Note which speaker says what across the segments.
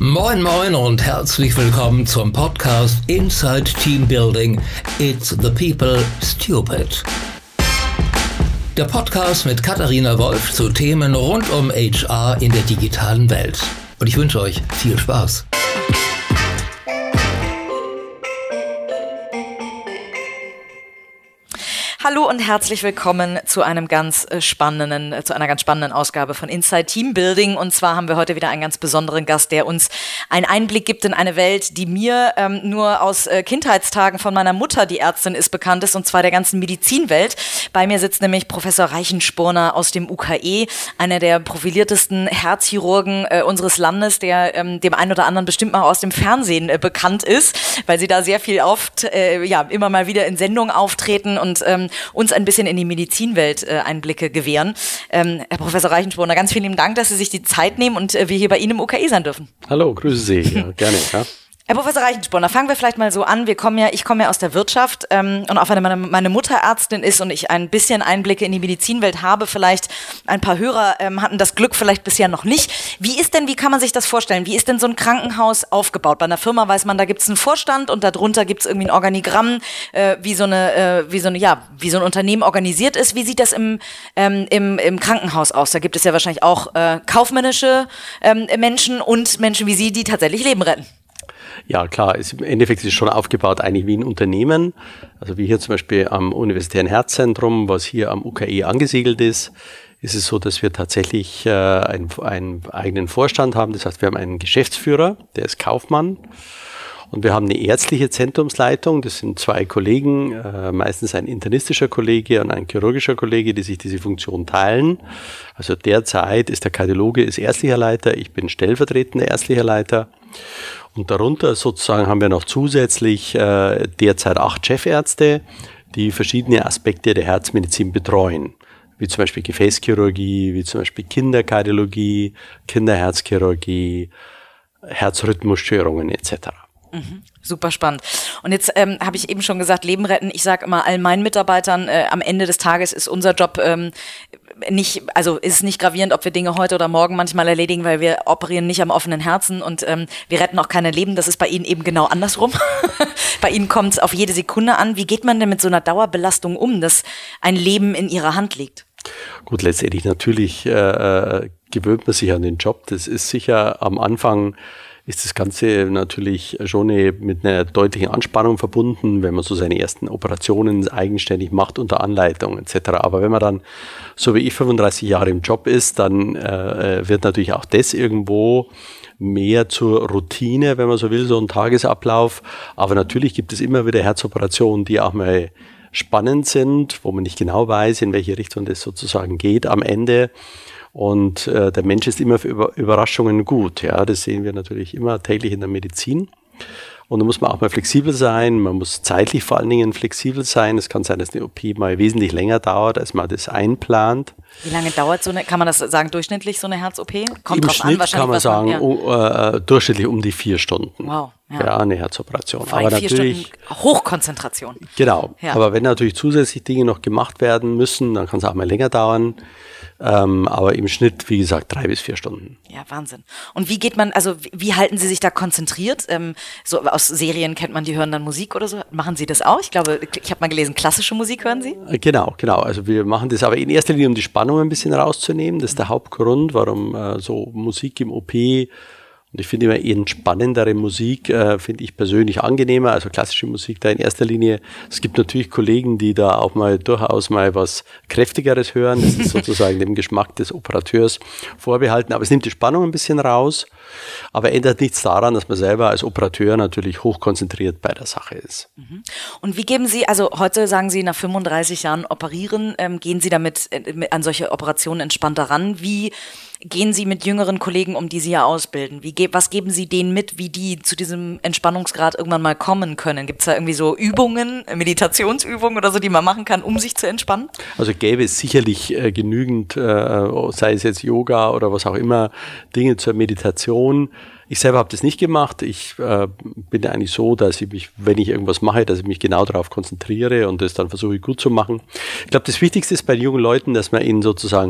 Speaker 1: Moin moin und herzlich willkommen zum Podcast Inside Team Building. It's the people stupid. Der Podcast mit Katharina Wolf zu Themen rund um HR in der digitalen Welt. Und ich wünsche euch viel Spaß.
Speaker 2: Hallo und herzlich willkommen zu einer ganz spannenden Ausgabe von Inside Team Building. Und zwar haben wir heute wieder einen ganz besonderen Gast, der uns einen Einblick gibt in eine Welt, die mir nur aus Kindheitstagen von meiner Mutter, die Ärztin ist, bekannt ist, und zwar der ganzen Medizinwelt. Bei mir sitzt nämlich Professor Reichensporner aus dem UKE, einer der profiliertesten Herzchirurgen unseres Landes, der dem einen oder anderen bestimmt mal aus dem Fernsehen bekannt ist, weil sie da sehr viel oft immer mal wieder in Sendungen auftreten und uns ein bisschen in die Medizinwelt Einblicke gewähren. Herr Professor Reichensporner, ganz vielen lieben Dank, dass Sie sich die Zeit nehmen und wir hier bei Ihnen im UKE sein dürfen.
Speaker 3: Hallo, grüße Sie. Ja, gerne. Ja.
Speaker 2: Herr Professor Reichensporner, fangen wir vielleicht mal so an. Ich komme ja aus der Wirtschaft und auch wenn meine Mutter Ärztin ist und ich ein bisschen Einblicke in die Medizinwelt habe, vielleicht ein paar Hörer hatten das Glück vielleicht bisher noch nicht. Wie kann man sich das vorstellen? Wie ist denn so ein Krankenhaus aufgebaut? Bei einer Firma weiß man, da gibt es einen Vorstand und darunter gibt es irgendwie ein Organigramm, wie so ein Unternehmen organisiert ist. Wie sieht das im Krankenhaus aus? Da gibt es ja wahrscheinlich auch kaufmännische Menschen und Menschen wie Sie, die tatsächlich Leben retten.
Speaker 3: Ja, klar, im Endeffekt ist es schon aufgebaut eigentlich wie ein Unternehmen. Also wie hier zum Beispiel am Universitären Herzzentrum, was hier am UKE angesiedelt ist es so, dass wir tatsächlich einen eigenen Vorstand haben. Das heißt, wir haben einen Geschäftsführer, der ist Kaufmann. Und wir haben eine ärztliche Zentrumsleitung, das sind 2 Kollegen, meistens ein internistischer Kollege und ein chirurgischer Kollege, die sich diese Funktion teilen. Also derzeit ist der Kardiologe ärztlicher Leiter, ich bin stellvertretender ärztlicher Leiter. Und darunter sozusagen haben wir noch zusätzlich derzeit 8 Chefärzte, die verschiedene Aspekte der Herzmedizin betreuen. Wie zum Beispiel Gefäßchirurgie, wie zum Beispiel Kinderkardiologie, Kinderherzchirurgie, Herzrhythmusstörungen etc.
Speaker 2: Super spannend. Und jetzt habe ich eben schon gesagt, Leben retten. Ich sage immer allen meinen Mitarbeitern, am Ende des Tages ist unser Job ist nicht gravierend, ob wir Dinge heute oder morgen manchmal erledigen, weil wir operieren nicht am offenen Herzen und wir retten auch keine Leben. Das ist bei Ihnen eben genau andersrum. Bei Ihnen kommt es auf jede Sekunde an. Wie geht man denn mit so einer Dauerbelastung um, dass ein Leben in Ihrer Hand liegt?
Speaker 3: Gut, letztendlich natürlich gewöhnt man sich an den Job. Das ist sicher am Anfang ist das Ganze natürlich schon mit einer deutlichen Anspannung verbunden, wenn man so seine ersten Operationen eigenständig macht unter Anleitung etc. Aber wenn man dann, so wie ich, 35 Jahre im Job ist, dann wird natürlich auch das irgendwo mehr zur Routine, wenn man so will, so ein Tagesablauf. Aber natürlich gibt es immer wieder Herzoperationen, die auch mal spannend sind, wo man nicht genau weiß, in welche Richtung das sozusagen geht am Ende. Und der Mensch ist immer für Überraschungen gut. Ja, das sehen wir natürlich immer täglich in der Medizin. Und da muss man auch mal flexibel sein. Man muss zeitlich vor allen Dingen flexibel sein. Es kann sein, dass eine OP mal wesentlich länger dauert, als man das einplant.
Speaker 2: Wie lange dauert kann man das sagen, durchschnittlich so eine Herz-OP?
Speaker 3: Kommt drauf an, wahrscheinlich. Kann man sagen, durchschnittlich um die 4 Stunden.
Speaker 2: Wow.
Speaker 3: Ja, eine Herzoperation.
Speaker 2: Vor allem aber 4 Stunden Hochkonzentration.
Speaker 3: Genau. Ja. Aber wenn natürlich zusätzlich Dinge noch gemacht werden müssen, dann kann es auch mal länger dauern. Aber im Schnitt, wie gesagt, 3 bis 4 Stunden.
Speaker 2: Ja, Wahnsinn. Und wie halten Sie sich da konzentriert? So aus Serien kennt man, die hören dann Musik oder so. Machen Sie das auch? Ich glaube, ich habe mal gelesen, klassische Musik hören Sie?
Speaker 3: Genau. Also wir machen das aber in erster Linie, um die Spannung ein bisschen rauszunehmen. Das ist der Hauptgrund, warum so Musik im OP. Und ich finde immer eher spannendere Musik, finde ich persönlich angenehmer, also klassische Musik da in erster Linie. Es gibt natürlich Kollegen, die da auch mal durchaus mal was Kräftigeres hören. Das ist sozusagen dem Geschmack des Operateurs vorbehalten. Aber es nimmt die Spannung ein bisschen raus, aber ändert nichts daran, dass man selber als Operateur natürlich hochkonzentriert bei der Sache ist.
Speaker 2: Und wie geben Sie, also heute sagen Sie, nach 35 Jahren operieren, gehen Sie damit an solche Operationen entspannter ran? Wie gehen Sie mit jüngeren Kollegen um, die Sie ja ausbilden? Was geben Sie denen mit, wie die zu diesem Entspannungsgrad irgendwann mal kommen können? Gibt es da irgendwie so Übungen, Meditationsübungen oder so, die man machen kann, um sich zu entspannen?
Speaker 3: Also gäbe es sicherlich genügend, sei es jetzt Yoga oder was auch immer, Dinge zur Meditation. Ich selber habe das nicht gemacht. Ich bin eigentlich so, dass ich mich, wenn ich irgendwas mache, dass ich mich genau darauf konzentriere und das dann versuche gut zu machen. Ich glaube, das Wichtigste ist bei jungen Leuten, dass man ihnen sozusagen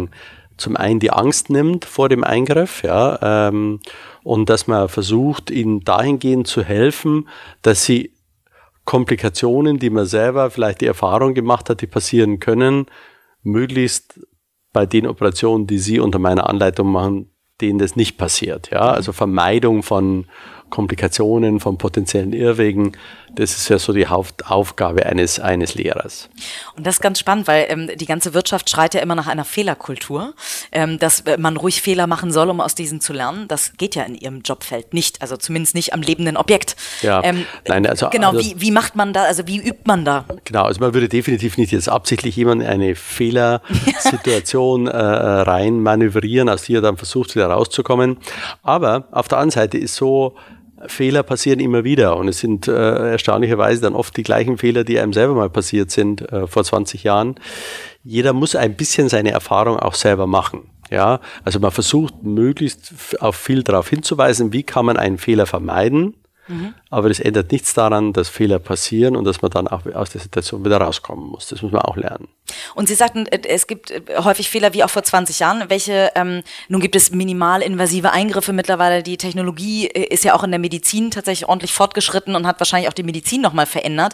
Speaker 3: zum einen die Angst nimmt vor dem Eingriff, ja, und dass man versucht, ihnen dahingehend zu helfen, dass sie Komplikationen, die man selber vielleicht die Erfahrung gemacht hat, die passieren können, möglichst bei den Operationen, die sie unter meiner Anleitung machen, denen das nicht passiert. Ja, also Vermeidung von Komplikationen, von potenziellen Irrwegen, das ist ja so die Hauptaufgabe eines Lehrers.
Speaker 2: Und das ist ganz spannend, weil die ganze Wirtschaft schreit ja immer nach einer Fehlerkultur, dass man ruhig Fehler machen soll, um aus diesen zu lernen. Das geht ja in Ihrem Jobfeld nicht, also zumindest nicht am lebenden Objekt.
Speaker 3: Ja, nein, also
Speaker 2: wie macht man da, also wie übt man da?
Speaker 3: Genau, also man würde definitiv nicht jetzt absichtlich jemanden in eine Fehlersituation rein manövrieren, aus der er dann versucht, wieder rauszukommen. Aber auf der anderen Seite ist so, Fehler passieren immer wieder und es sind erstaunlicherweise dann oft die gleichen Fehler, die einem selber mal passiert sind vor 20 Jahren. Jeder muss ein bisschen seine Erfahrung auch selber machen. Ja, also man versucht möglichst auf viel darauf hinzuweisen, wie kann man einen Fehler vermeiden. Aber das ändert nichts daran, dass Fehler passieren und dass man dann auch aus der Situation wieder rauskommen muss. Das muss man auch lernen.
Speaker 2: Und Sie sagten, es gibt häufig Fehler wie auch vor 20 Jahren. Nun gibt es minimalinvasive Eingriffe mittlerweile. Die Technologie ist ja auch in der Medizin tatsächlich ordentlich fortgeschritten und hat wahrscheinlich auch die Medizin nochmal verändert.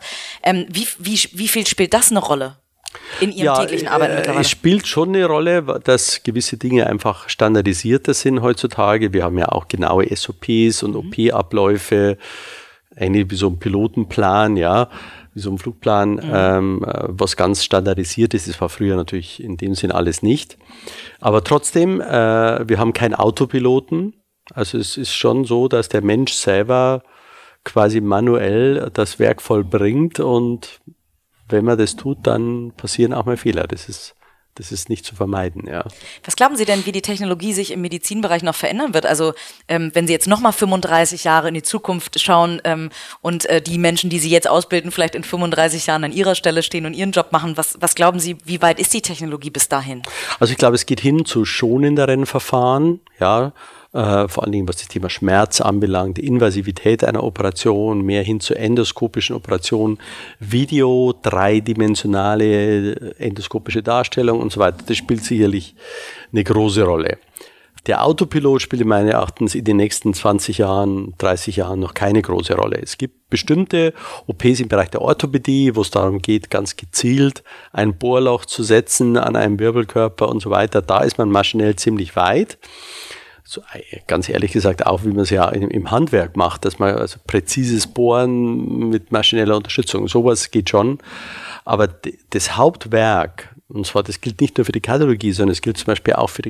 Speaker 2: Wie viel spielt das eine Rolle in Ihrem täglichen Arbeiten mittlerweile?
Speaker 3: Es spielt schon eine Rolle, dass gewisse Dinge einfach standardisierter sind heutzutage. Wir haben ja auch genaue SOPs und OP-Abläufe, ähnlich wie so ein Pilotenplan, ja, wie so ein Flugplan, was ganz standardisiert ist. Das war früher natürlich in dem Sinn alles nicht. Aber trotzdem, wir haben keinen Autopiloten. Also es ist schon so, dass der Mensch selber quasi manuell das Werk vollbringt und wenn man das tut, dann passieren auch mal Fehler. Das ist nicht zu vermeiden, ja.
Speaker 2: Was glauben Sie denn, wie die Technologie sich im Medizinbereich noch verändern wird? Also wenn Sie jetzt nochmal 35 Jahre in die Zukunft schauen und die Menschen, die Sie jetzt ausbilden, vielleicht in 35 Jahren an Ihrer Stelle stehen und Ihren Job machen, was glauben Sie, wie weit ist die Technologie bis dahin?
Speaker 3: Also ich glaube, es geht hin zu schonenderen Verfahren, ja. Vor allen Dingen, was das Thema Schmerz anbelangt, die Invasivität einer Operation, mehr hin zu endoskopischen Operationen, Video, dreidimensionale endoskopische Darstellung und so weiter. Das spielt sicherlich eine große Rolle. Der Autopilot spielt meines Erachtens in den nächsten 20 Jahren, 30 Jahren noch keine große Rolle. Es gibt bestimmte OPs im Bereich der Orthopädie, wo es darum geht, ganz gezielt ein Bohrloch zu setzen an einem Wirbelkörper und so weiter. Da ist man maschinell ziemlich weit. So, ganz ehrlich gesagt, auch wie man es ja im Handwerk macht, dass man also präzises Bohren mit maschineller Unterstützung, sowas geht schon. Aber das Hauptwerk, und zwar das gilt nicht nur für die Kardiologie, sondern es gilt zum Beispiel auch für die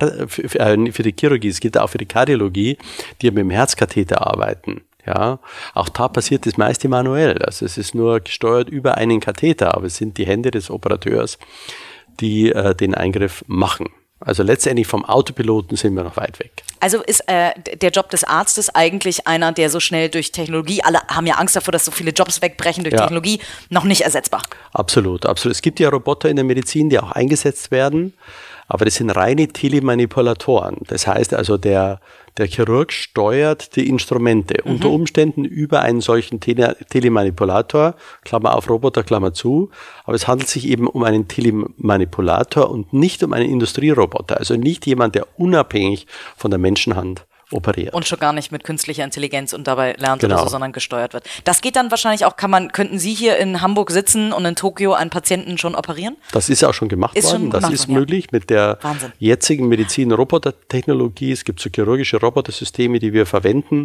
Speaker 3: Chirurgie, es gilt auch für die Kardiologie, die mit dem Herzkatheter arbeiten. Ja, auch da passiert das meiste manuell. Also es ist nur gesteuert über einen Katheter, aber es sind die Hände des Operateurs, die den Eingriff machen. Also letztendlich vom Autopiloten sind wir noch weit weg. Also
Speaker 2: ist der Job des Arztes eigentlich einer, der so schnell durch Technologie, alle haben ja Angst davor, dass so viele Jobs wegbrechen durch Technologie, noch nicht ersetzbar?
Speaker 3: Absolut, absolut. Es gibt ja Roboter in der Medizin, die auch eingesetzt werden, aber das sind reine Telemanipulatoren. Das heißt also, der Chirurg steuert die Instrumente unter Umständen über einen solchen Telemanipulator, Klammer auf Roboter, Klammer zu, aber es handelt sich eben um einen Telemanipulator und nicht um einen Industrieroboter, also nicht jemand, der unabhängig von der Menschenhand operiert.
Speaker 2: Und schon gar nicht mit künstlicher Intelligenz und dabei lernt oder so, sondern gesteuert wird. Das geht dann wahrscheinlich auch, könnten Sie hier in Hamburg sitzen und in Tokio einen Patienten schon operieren?
Speaker 3: Das ist auch schon gemacht worden. Das ist möglich mit der jetzigen Medizin-Roboter-Technologie. Es gibt so chirurgische Robotersysteme, die wir verwenden.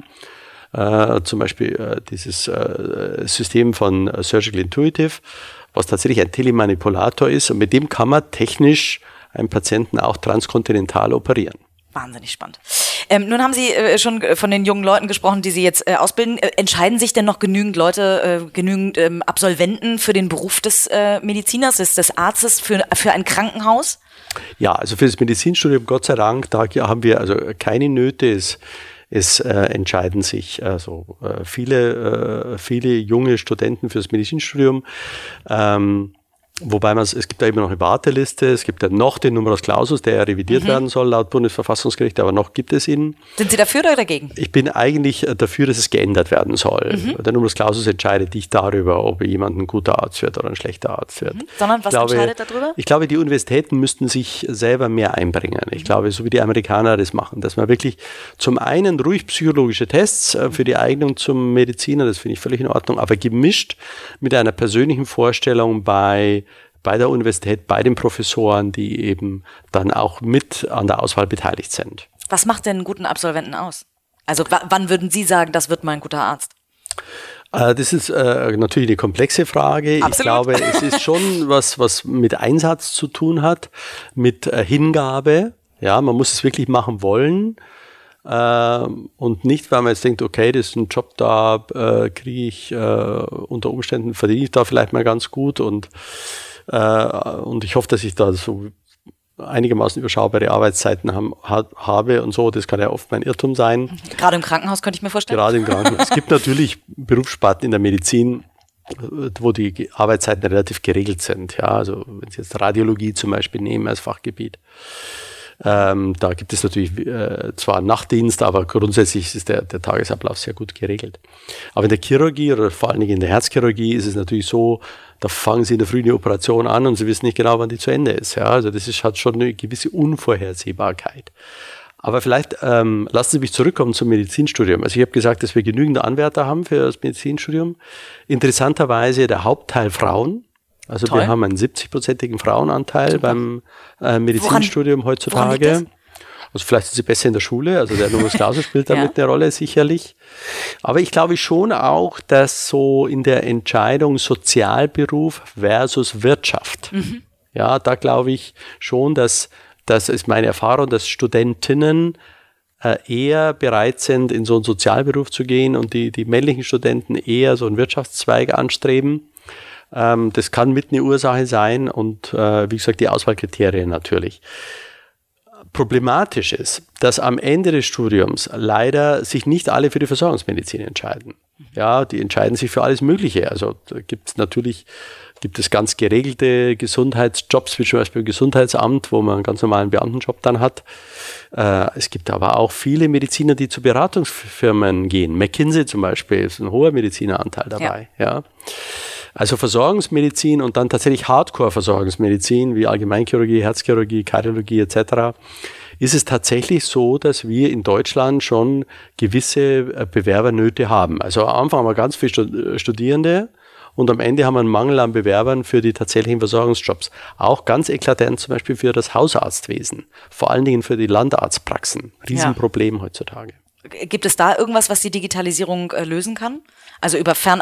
Speaker 3: Zum Beispiel dieses System von Surgical Intuitive, was tatsächlich ein Telemanipulator ist. Und mit dem kann man technisch einen Patienten auch transkontinental operieren.
Speaker 2: Wahnsinnig spannend. Nun haben Sie schon von den jungen Leuten gesprochen, die Sie jetzt ausbilden. Entscheiden sich denn noch genügend Leute, genügend Absolventen für den Beruf des Mediziners, des Arztes, für ein Krankenhaus?
Speaker 3: Ja, also für das Medizinstudium, Gott sei Dank, da haben wir also keine Nöte. Es entscheiden sich also viele junge Studenten für das Medizinstudium. Wobei es gibt da immer noch eine Warteliste, es gibt ja noch den Numerus Clausus, der ja revidiert werden soll laut Bundesverfassungsgericht, aber noch gibt es ihn.
Speaker 2: Sind Sie dafür oder dagegen?
Speaker 3: Ich bin eigentlich dafür, dass es geändert werden soll. Der Numerus Clausus entscheidet nicht darüber, ob jemand ein guter Arzt wird oder ein schlechter Arzt wird.
Speaker 2: Sondern was entscheidet darüber?
Speaker 3: Ich glaube, die Universitäten müssten sich selber mehr einbringen. Ich glaube, so wie die Amerikaner das machen, dass man wirklich zum einen ruhig psychologische Tests für die Eignung zum Mediziner, das finde ich völlig in Ordnung, aber gemischt mit einer persönlichen Vorstellung bei der Universität, bei den Professoren, die eben dann auch mit an der Auswahl beteiligt sind.
Speaker 2: Was macht denn einen guten Absolventen aus? Also wann würden Sie sagen, das wird mal ein guter Arzt?
Speaker 3: Das ist natürlich eine komplexe Frage.
Speaker 2: Absolut.
Speaker 3: Ich glaube, es ist schon was mit Einsatz zu tun hat, mit Hingabe. Ja, man muss es wirklich machen wollen. Und nicht, weil man jetzt denkt, okay, das ist ein Job, da kriege ich unter Umständen, verdiene ich da vielleicht mal ganz gut und ich hoffe, dass ich da so einigermaßen überschaubare Arbeitszeiten habe und so. Das kann ja oft mein Irrtum sein.
Speaker 2: Gerade im Krankenhaus könnte ich mir vorstellen.
Speaker 3: Gerade im Krankenhaus. Es gibt natürlich Berufssparten in der Medizin, wo die Arbeitszeiten relativ geregelt sind. Ja, also wenn Sie jetzt Radiologie zum Beispiel nehmen als Fachgebiet. Da gibt es natürlich zwar einen Nachtdienst, aber grundsätzlich ist der Tagesablauf sehr gut geregelt. Aber in der Chirurgie oder vor allen Dingen in der Herzchirurgie ist es natürlich so, da fangen Sie in der Früh eine Operation an und Sie wissen nicht genau, wann die zu Ende ist. Ja, also hat schon eine gewisse Unvorhersehbarkeit. Aber vielleicht lassen Sie mich zurückkommen zum Medizinstudium. Also ich habe gesagt, dass wir genügend Anwärter haben für das Medizinstudium. Interessanterweise der Hauptteil Frauen. Also
Speaker 2: Toll.
Speaker 3: Wir haben einen 70-prozentigen Frauenanteil Super. Beim Medizinstudium heutzutage. Also vielleicht sind sie besser in der Schule, also der Numerus Clausus spielt damit eine Rolle sicherlich. Aber ich glaube schon auch, dass so in der Entscheidung Sozialberuf versus Wirtschaft, ja, da glaube ich schon, das ist meine Erfahrung, dass Studentinnen eher bereit sind, in so einen Sozialberuf zu gehen und die männlichen Studenten eher so einen Wirtschaftszweig anstreben. Das kann mit eine Ursache sein und wie gesagt, die Auswahlkriterien natürlich. Problematisch ist, dass am Ende des Studiums leider sich nicht alle für die Versorgungsmedizin entscheiden. Ja, die entscheiden sich für alles Mögliche. Also da gibt es ganz geregelte Gesundheitsjobs, wie zum Beispiel im Gesundheitsamt, wo man einen ganz normalen Beamtenjob dann hat. Es gibt aber auch viele Mediziner, die zu Beratungsfirmen gehen. McKinsey zum Beispiel ist ein hoher Medizineranteil dabei. Ja. Also Versorgungsmedizin und dann tatsächlich Hardcore-Versorgungsmedizin wie Allgemeinchirurgie, Herzchirurgie, Kardiologie etc. ist es tatsächlich so, dass wir in Deutschland schon gewisse Bewerbernöte haben. Also am Anfang haben wir ganz viele Studierende und am Ende haben wir einen Mangel an Bewerbern für die tatsächlichen Versorgungsjobs. Auch ganz eklatant zum Beispiel für das Hausarztwesen, vor allen Dingen für die Landarztpraxen. Riesenproblem heutzutage.
Speaker 2: Gibt es da irgendwas, was die Digitalisierung lösen kann? Also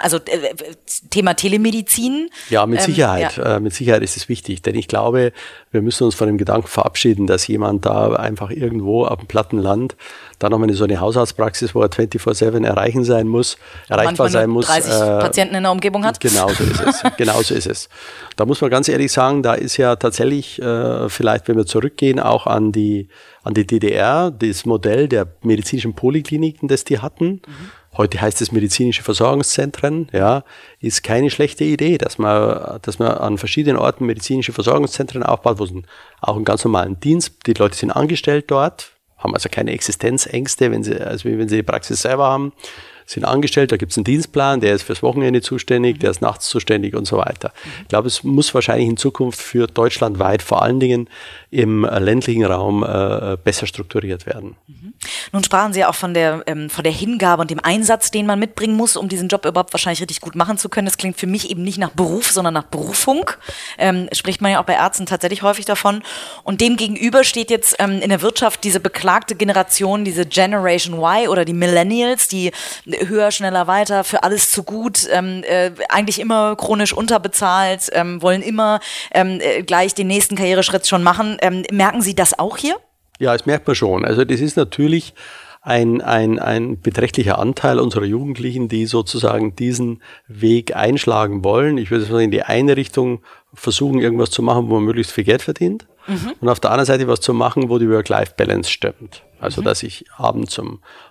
Speaker 2: Thema Telemedizin?
Speaker 3: Ja, mit Sicherheit. Mit Sicherheit ist es wichtig, denn ich glaube, wir müssen uns von dem Gedanken verabschieden, dass jemand da einfach irgendwo auf dem platten Land da nochmal so eine Hausarztpraxis, wo er 24/7 erreichbar sein muss.
Speaker 2: 30 Patienten in der Umgebung hat?
Speaker 3: Genauso ist es. Da muss man ganz ehrlich sagen, da ist ja tatsächlich, vielleicht wenn wir zurückgehen, auch an die DDR, das Modell der medizinischen Polykliniken, das die hatten. Heute heißt es medizinische Versorgungszentren, ja, ist keine schlechte Idee, dass man an verschiedenen Orten medizinische Versorgungszentren aufbaut, wo es auch einen ganz normalen Dienst, die Leute sind angestellt dort, haben also keine Existenzängste, wenn sie die Praxis selber haben, sind angestellt, da gibt es einen Dienstplan, der ist fürs Wochenende zuständig, der ist nachts zuständig und so weiter. Ich glaube, es muss wahrscheinlich in Zukunft für deutschlandweit, vor allen Dingen im ländlichen Raum, besser strukturiert werden.
Speaker 2: Nun sprachen Sie ja auch von der Hingabe und dem Einsatz, den man mitbringen muss, um diesen Job überhaupt wahrscheinlich richtig gut machen zu können. Das klingt für mich eben nicht nach Beruf, sondern nach Berufung. Spricht man ja auch bei Ärzten tatsächlich häufig davon. Und dem gegenüber steht jetzt in der Wirtschaft diese beklagte Generation, diese Generation Y oder die Millennials, die höher, schneller, weiter, für alles zu gut, eigentlich immer chronisch unterbezahlt, wollen immer gleich den nächsten Karriereschritt schon machen. Merken Sie das auch hier?
Speaker 3: Ja, das merkt man schon. Also das ist natürlich ein beträchtlicher Anteil unserer Jugendlichen, die sozusagen diesen Weg einschlagen wollen. Ich würde sagen, in die eine Richtung versuchen, irgendwas zu machen, wo man möglichst viel Geld verdient. Und auf der anderen Seite was zu machen, wo die Work-Life-Balance stimmt. Also dass ich abends um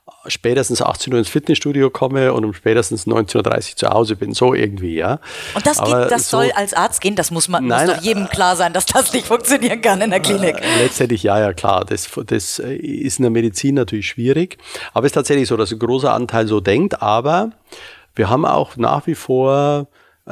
Speaker 3: spätestens 18 Uhr ins Fitnessstudio komme und um spätestens 19.30 Uhr zu Hause bin, so irgendwie, ja.
Speaker 2: Und das geht, das soll als Arzt gehen, das muss doch jedem klar sein, dass das nicht funktionieren kann in der Klinik.
Speaker 3: Letztendlich ja, klar, das ist in der Medizin natürlich schwierig, aber es ist tatsächlich so, dass ein großer Anteil so denkt, aber wir haben auch nach wie vor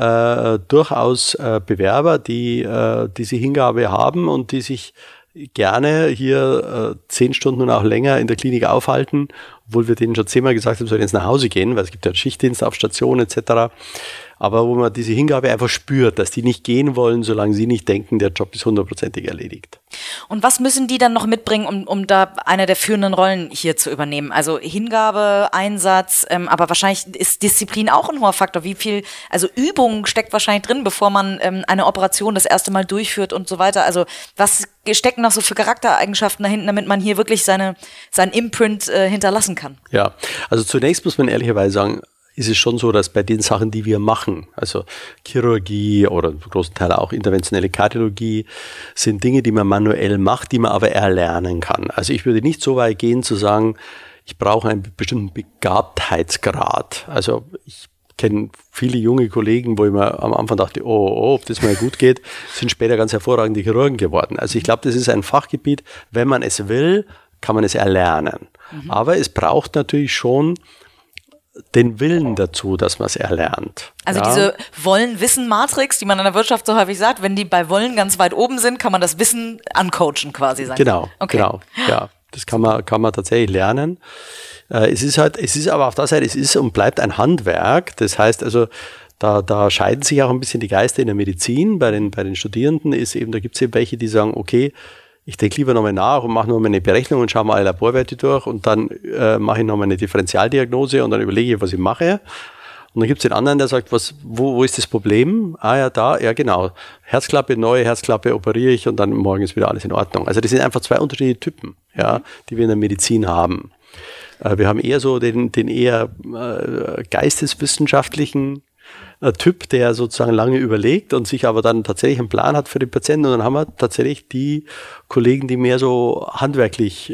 Speaker 3: durchaus Bewerber, die diese Hingabe haben und die sich gerne hier 10 Stunden und auch länger in der Klinik aufhalten, obwohl wir denen schon 10-mal gesagt haben, sollen jetzt nach Hause gehen, weil es gibt ja Schichtdienst auf Station etc., aber wo man diese Hingabe einfach spürt, dass die nicht gehen wollen, solange sie nicht denken, der Job ist 100%ig erledigt.
Speaker 2: Und was müssen die dann noch mitbringen, um da eine der führenden Rollen hier zu übernehmen? Also Hingabe, Einsatz, aber wahrscheinlich ist Disziplin auch ein hoher Faktor. Wie viel, also Übung steckt wahrscheinlich drin, bevor man eine Operation das erste Mal durchführt und so weiter. Also was stecken noch so für Charaktereigenschaften dahinten, damit man hier wirklich sein Imprint hinterlassen kann?
Speaker 3: Ja, also zunächst muss man ehrlicherweise sagen, ist es schon so, dass bei den Sachen, die wir machen, also Chirurgie oder im großen Teil auch interventionelle Kardiologie, sind Dinge, die man manuell macht, die man aber erlernen kann. Also ich würde nicht so weit gehen zu sagen, ich brauche einen bestimmten Begabtheitsgrad. Also ich kenne viele junge Kollegen, wo ich mir am Anfang dachte, ob das mal gut geht, sind später ganz hervorragende Chirurgen geworden. Also ich glaube, das ist ein Fachgebiet, wenn man es will, kann man es erlernen. Aber es braucht natürlich schon den Willen dazu, dass man es erlernt.
Speaker 2: Also diese Wollen-Wissen-Matrix, die man in der Wirtschaft so häufig sagt, wenn die bei Wollen ganz weit oben sind, kann man das Wissen ancoachen quasi.
Speaker 3: Genau, ja. Das kann man tatsächlich lernen. Es ist aber auf der Seite, es ist und bleibt ein Handwerk. Das heißt also, da scheiden sich auch ein bisschen die Geister in der Medizin. Bei den Studierenden da gibt es eben welche, die sagen, okay, ich denke lieber nochmal nach und mache nochmal eine Berechnung und schaue mal alle Laborwerte durch und dann mache ich nochmal eine Differentialdiagnose und dann überlege ich, was ich mache. Und dann gibt es den anderen, der sagt, wo ist das Problem? Genau. Neue Herzklappe operiere ich und dann morgen ist wieder alles in Ordnung. Also das sind einfach 2 unterschiedliche Typen, die wir in der Medizin haben. Wir haben eher so den eher geisteswissenschaftlichen Typ, der sozusagen lange überlegt und sich aber dann tatsächlich einen Plan hat für den Patienten. Und dann haben wir tatsächlich die Kollegen, die mehr so handwerklich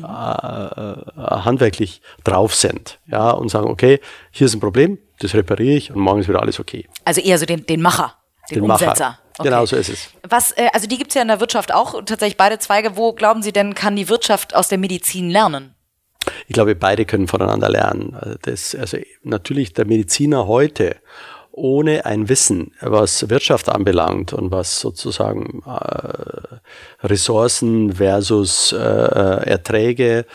Speaker 3: drauf sind, und sagen, okay, hier ist ein Problem, das repariere ich und morgen ist wieder alles okay.
Speaker 2: Also eher so den Macher, den Umsetzer.
Speaker 3: Okay. Genau, so ist es.
Speaker 2: Also die gibt es ja in der Wirtschaft auch, tatsächlich beide Zweige. Wo glauben Sie denn, kann die Wirtschaft aus der Medizin lernen?
Speaker 3: Ich glaube, beide können voneinander lernen. Also natürlich der Mediziner heute ohne ein Wissen, was Wirtschaft anbelangt und was sozusagen Ressourcen versus Erträge,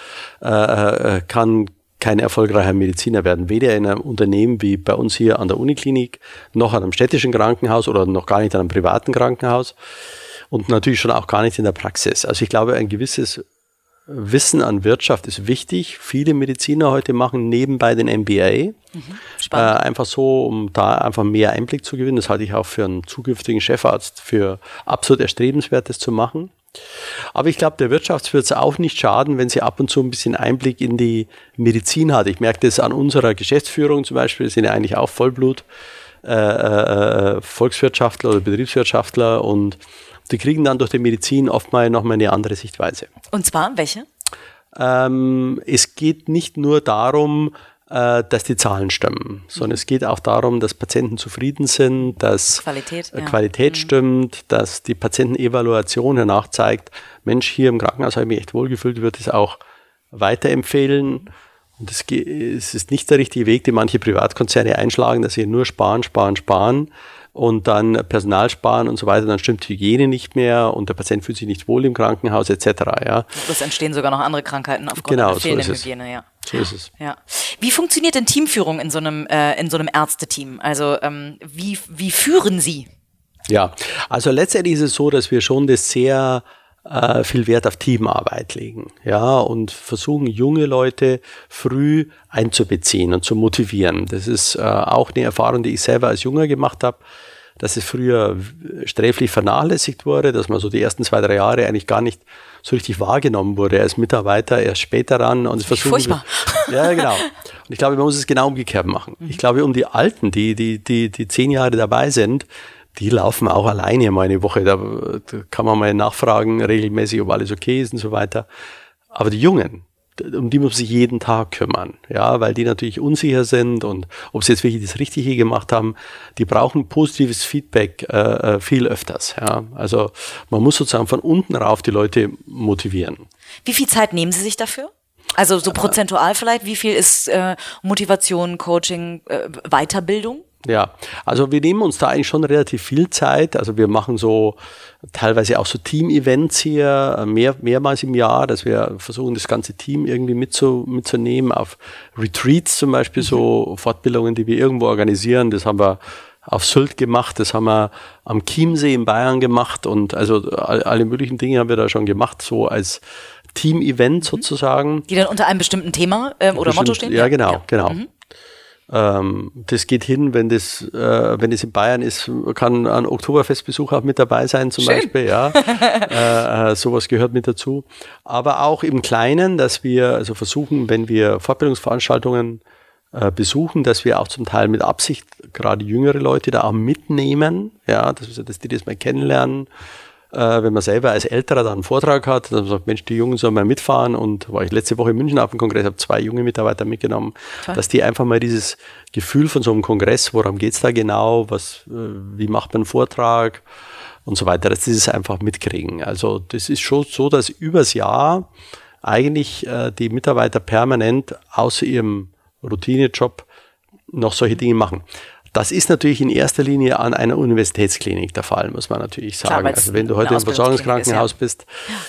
Speaker 3: kann kein erfolgreicher Mediziner werden. Weder in einem Unternehmen wie bei uns hier an der Uniklinik, noch an einem städtischen Krankenhaus oder noch gar nicht an einem privaten Krankenhaus und natürlich schon auch gar nicht in der Praxis. Also ich glaube, ein gewisses Wissen an Wirtschaft ist wichtig. Viele Mediziner heute machen nebenbei den MBA. Einfach so, um da einfach mehr Einblick zu gewinnen. Das halte ich auch für einen zukünftigen Chefarzt für absolut erstrebenswert, das zu machen. Aber ich glaube, der Wirtschaft wird es auch nicht schaden, wenn sie ab und zu ein bisschen Einblick in die Medizin hat. Ich merke das an unserer Geschäftsführung zum Beispiel. Wir sind ja eigentlich auch Vollblut Volkswirtschaftler oder Betriebswirtschaftler und die kriegen dann durch die Medizin oftmals nochmal eine andere Sichtweise.
Speaker 2: Und zwar welche?
Speaker 3: Es geht nicht nur darum, dass die Zahlen stimmen, sondern es geht auch darum, dass Patienten zufrieden sind, dass Qualität stimmt, dass die Patientenevaluation danach zeigt, Mensch, hier im Krankenhaus habe ich mich echt wohlgefühlt, würde es auch weiterempfehlen. Und es ist nicht der richtige Weg, den manche Privatkonzerne einschlagen, dass sie nur sparen und dann Personal sparen und so weiter, dann stimmt Hygiene nicht mehr und der Patient fühlt sich nicht wohl im Krankenhaus etc. Ja.
Speaker 2: Es entstehen sogar noch andere Krankheiten aufgrund der fehlenden Hygiene. Ja.
Speaker 3: So ist es.
Speaker 2: Ja. Wie funktioniert denn Teamführung in so einem Ärzteteam? Also wie führen Sie?
Speaker 3: Ja, also letztendlich ist es so, dass wir schon das sehr viel Wert auf Teamarbeit legen, und versuchen, junge Leute früh einzubeziehen und zu motivieren. Das ist auch eine Erfahrung, die ich selber als Junger gemacht habe, dass es früher sträflich vernachlässigt wurde, dass man so die ersten 2-3 Jahre eigentlich gar nicht so richtig wahrgenommen wurde als Mitarbeiter, erst später ran. Und
Speaker 2: furchtbar.
Speaker 3: Ja, genau. Und ich glaube, man muss es genau umgekehrt machen. Ich glaube, um die Alten, die 10 Jahre dabei sind, die laufen auch alleine mal eine Woche. Da kann man mal nachfragen regelmäßig, ob alles okay ist und so weiter. Aber die Jungen, um die muss man sich jeden Tag kümmern, ja, weil die natürlich unsicher sind und ob sie jetzt wirklich das Richtige gemacht haben, die brauchen positives Feedback viel öfters, ja. Also man muss sozusagen von unten rauf die Leute motivieren.
Speaker 2: Wie viel Zeit nehmen Sie sich dafür? Also so prozentual vielleicht, wie viel ist Motivation, Coaching, Weiterbildung?
Speaker 3: Ja, also wir nehmen uns da eigentlich schon relativ viel Zeit. Also wir machen so teilweise auch so Team-Events hier mehrmals im Jahr, dass wir versuchen, das ganze Team irgendwie mitzunehmen. Auf Retreats zum Beispiel, so Fortbildungen, die wir irgendwo organisieren. Das haben wir auf Sylt gemacht, das haben wir am Chiemsee in Bayern gemacht und also alle möglichen Dinge haben wir da schon gemacht, so als Team-Event sozusagen.
Speaker 2: Die dann unter einem bestimmten Thema oder Motto stehen?
Speaker 3: Ja, genau. Das geht hin, wenn es in Bayern ist, kann ein Oktoberfestbesuch auch mit dabei sein zum Beispiel. Ja. Sowas gehört mit dazu. Aber auch im Kleinen, dass wir also versuchen, wenn wir Fortbildungsveranstaltungen besuchen, dass wir auch zum Teil mit Absicht gerade jüngere Leute da auch mitnehmen, ja, dass die das mal kennenlernen. Wenn man selber als Älterer da einen Vortrag hat, dann sagt, Mensch, die Jungen sollen mal mitfahren und war ich letzte Woche in München auf dem Kongress, habe 2 junge Mitarbeiter mitgenommen, dass die einfach mal dieses Gefühl von so einem Kongress, worum geht's da genau, wie macht man einen Vortrag und so weiter, dass die das einfach mitkriegen. Also das ist schon so, dass übers Jahr eigentlich die Mitarbeiter permanent außer ihrem Routinejob noch solche Dinge machen. Das ist natürlich in erster Linie an einer Universitätsklinik der Fall, muss man natürlich sagen.
Speaker 2: Klar,
Speaker 3: also wenn du heute im Versorgungskrankenhaus bist,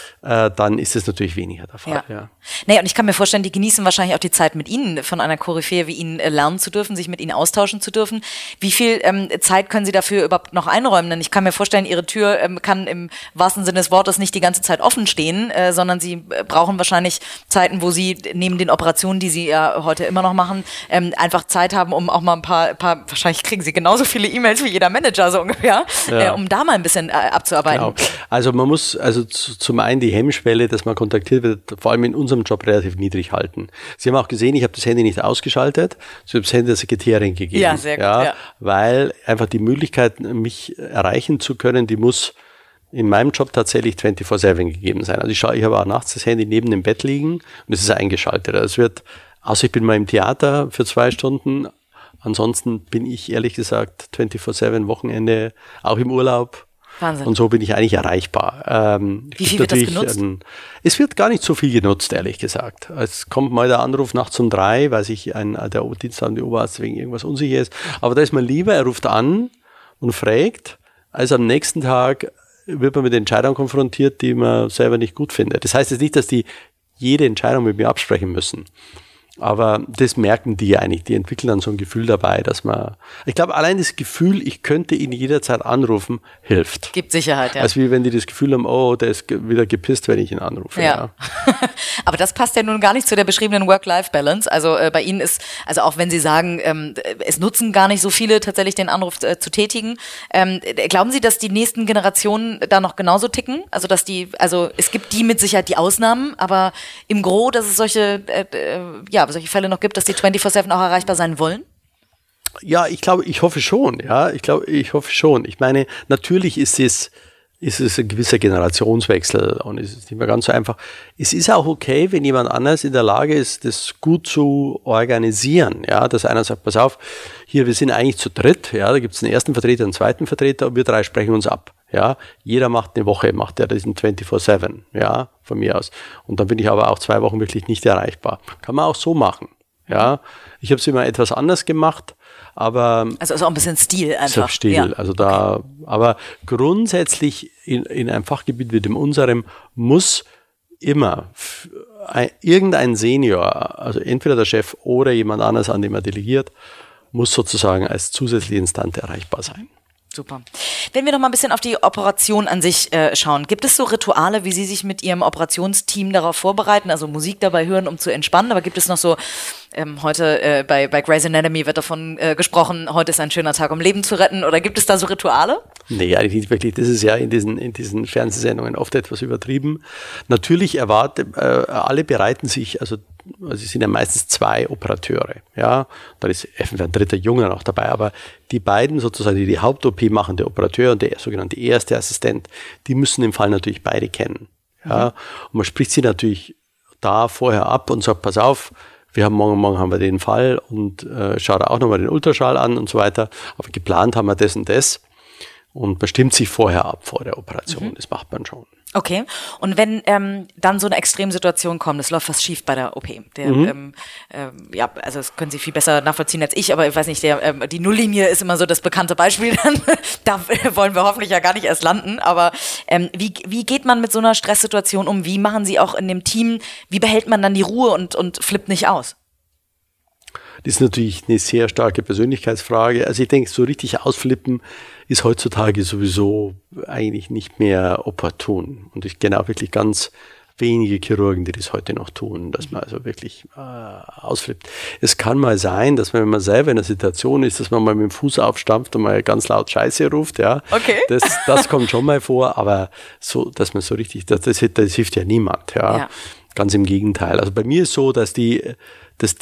Speaker 3: dann ist es natürlich weniger der Fall. Ja.
Speaker 2: Naja, und ich kann mir vorstellen, die genießen wahrscheinlich auch die Zeit mit Ihnen, von einer Koryphäe wie Ihnen lernen zu dürfen, sich mit Ihnen austauschen zu dürfen. Wie viel Zeit können Sie dafür überhaupt noch einräumen? Denn ich kann mir vorstellen, Ihre Tür kann im wahrsten Sinne des Wortes nicht die ganze Zeit offen stehen, sondern Sie brauchen wahrscheinlich Zeiten, wo Sie neben den Operationen, die Sie ja heute immer noch machen, einfach Zeit haben, um auch mal ein paar wahrscheinlich kriegen Sie genauso viele E-Mails wie jeder Manager so ungefähr, um da mal ein bisschen abzuarbeiten.
Speaker 3: Genau. Also man muss zum einen die Hemmschwelle, dass man kontaktiert wird, vor allem in unserem Job relativ niedrig halten. Sie haben auch gesehen, ich habe das Handy nicht ausgeschaltet, ich habe das Handy der Sekretärin gegeben.
Speaker 2: Ja, sehr gut. Ja.
Speaker 3: Weil einfach die Möglichkeit, mich erreichen zu können, die muss in meinem Job tatsächlich 24/7 gegeben sein. Also ich habe auch nachts das Handy neben dem Bett liegen und es ist eingeschaltet. Also es wird, außer ich bin mal im Theater für 2 Stunden, ansonsten bin ich ehrlich gesagt 24/7 Wochenende, auch im Urlaub.
Speaker 2: Wahnsinn.
Speaker 3: Und so bin ich eigentlich erreichbar.
Speaker 2: Wie viel wird das genutzt?
Speaker 3: Es wird gar nicht so viel genutzt, ehrlich gesagt. Es kommt mal der Anruf nachts um 3, weil sich der diensthabende Oberarzt wegen irgendwas unsicher ist. Aber da ist man lieber, er ruft an und fragt, als am nächsten Tag wird man mit Entscheidungen konfrontiert, die man selber nicht gut findet. Das heißt jetzt nicht, dass die jede Entscheidung mit mir absprechen müssen. Aber das merken die eigentlich. Die entwickeln dann so ein Gefühl dabei, dass man, ich glaube, allein das Gefühl, ich könnte ihn jederzeit anrufen, hilft.
Speaker 2: Gibt Sicherheit, ja.
Speaker 3: Als wie wenn die das Gefühl haben, oh, der ist wieder gepisst, wenn ich ihn anrufe.
Speaker 2: Ja. Aber das passt ja nun gar nicht zu der beschriebenen Work-Life-Balance. Also bei Ihnen ist, also auch wenn Sie sagen, es nutzen gar nicht so viele tatsächlich den Anruf zu tätigen, glauben Sie, dass die nächsten Generationen da noch genauso ticken? Also es gibt die mit Sicherheit die Ausnahmen, aber im Gros, dass es solche Fälle noch gibt, dass die 24/7 auch erreichbar sein wollen?
Speaker 3: Ja, ich hoffe schon, ja. Ich hoffe schon. Ich meine, natürlich ist es ein gewisser Generationswechsel und es ist nicht mehr ganz so einfach. Es ist auch okay, wenn jemand anders in der Lage ist, das gut zu organisieren, ja, dass einer sagt, pass auf, hier, wir sind eigentlich zu dritt, ja, da gibt es einen ersten Vertreter, einen zweiten Vertreter und wir 3 sprechen uns ab. Ja, jeder macht eine Woche, macht der diesen 24/7, ja, von mir aus. Und dann bin ich aber auch 2 Wochen wirklich nicht erreichbar. Kann man auch so machen, ja. Ich habe es immer etwas anders gemacht, aber...
Speaker 2: Also ist auch ein bisschen Stil einfach.
Speaker 3: Stil, ja. Also da, okay. Aber grundsätzlich in einem Fachgebiet wie dem unserem muss immer irgendein Senior, also entweder der Chef oder jemand anderes, an dem er delegiert, muss sozusagen als zusätzliche Instanz erreichbar sein.
Speaker 2: Super. Wenn wir noch mal ein bisschen auf die Operation an sich schauen, gibt es so Rituale, wie Sie sich mit Ihrem Operationsteam darauf vorbereiten, also Musik dabei hören, um zu entspannen, aber gibt es noch so, heute bei Grey's Anatomy wird davon gesprochen, heute ist ein schöner Tag, um Leben zu retten, oder gibt es da so Rituale? Nee, eigentlich nicht wirklich. Das ist ja in diesen Fernsehsendungen oft etwas übertrieben. Natürlich alle bereiten sich, also es sind ja meistens 2 Operateure, ja, dann ist entweder ein dritter Junge noch dabei, aber die beiden sozusagen, die Haupt-OP machen, der Operateur und der sogenannte erste Assistent, die müssen den Fall natürlich beide kennen, ja, und man spricht sie natürlich
Speaker 3: da vorher ab und sagt, pass auf, wir haben morgen haben wir den Fall und schau da auch nochmal den Ultraschall an und so weiter. Aber geplant haben wir das und das. Und man stimmt sich vorher ab vor der Operation. Das macht man schon.
Speaker 2: Okay. Und wenn dann so eine Extremsituation kommt, es läuft was schief bei der OP. Also das können Sie viel besser nachvollziehen als ich, aber ich weiß nicht, die Nulllinie ist immer so das bekannte Beispiel. Da wollen wir hoffentlich ja gar nicht erst landen. Aber wie geht man mit so einer Stresssituation um? Wie machen Sie auch in dem Team, wie behält man dann die Ruhe und flippt nicht aus?
Speaker 3: Das ist natürlich eine sehr starke Persönlichkeitsfrage. Also ich denke, so richtig ausflippen ist heutzutage sowieso eigentlich nicht mehr opportun. Und ich kenne auch wirklich ganz wenige Chirurgen, die das heute noch tun, dass man also wirklich ausflippt. Es kann mal sein, dass man, wenn man selber in einer Situation ist, dass man mal mit dem Fuß aufstampft und mal ganz laut Scheiße ruft. Ja.
Speaker 2: Okay.
Speaker 3: Das kommt schon mal vor, aber so, dass man so richtig, das hilft ja niemand. Ja. Ganz im Gegenteil. Also bei mir ist so, dass das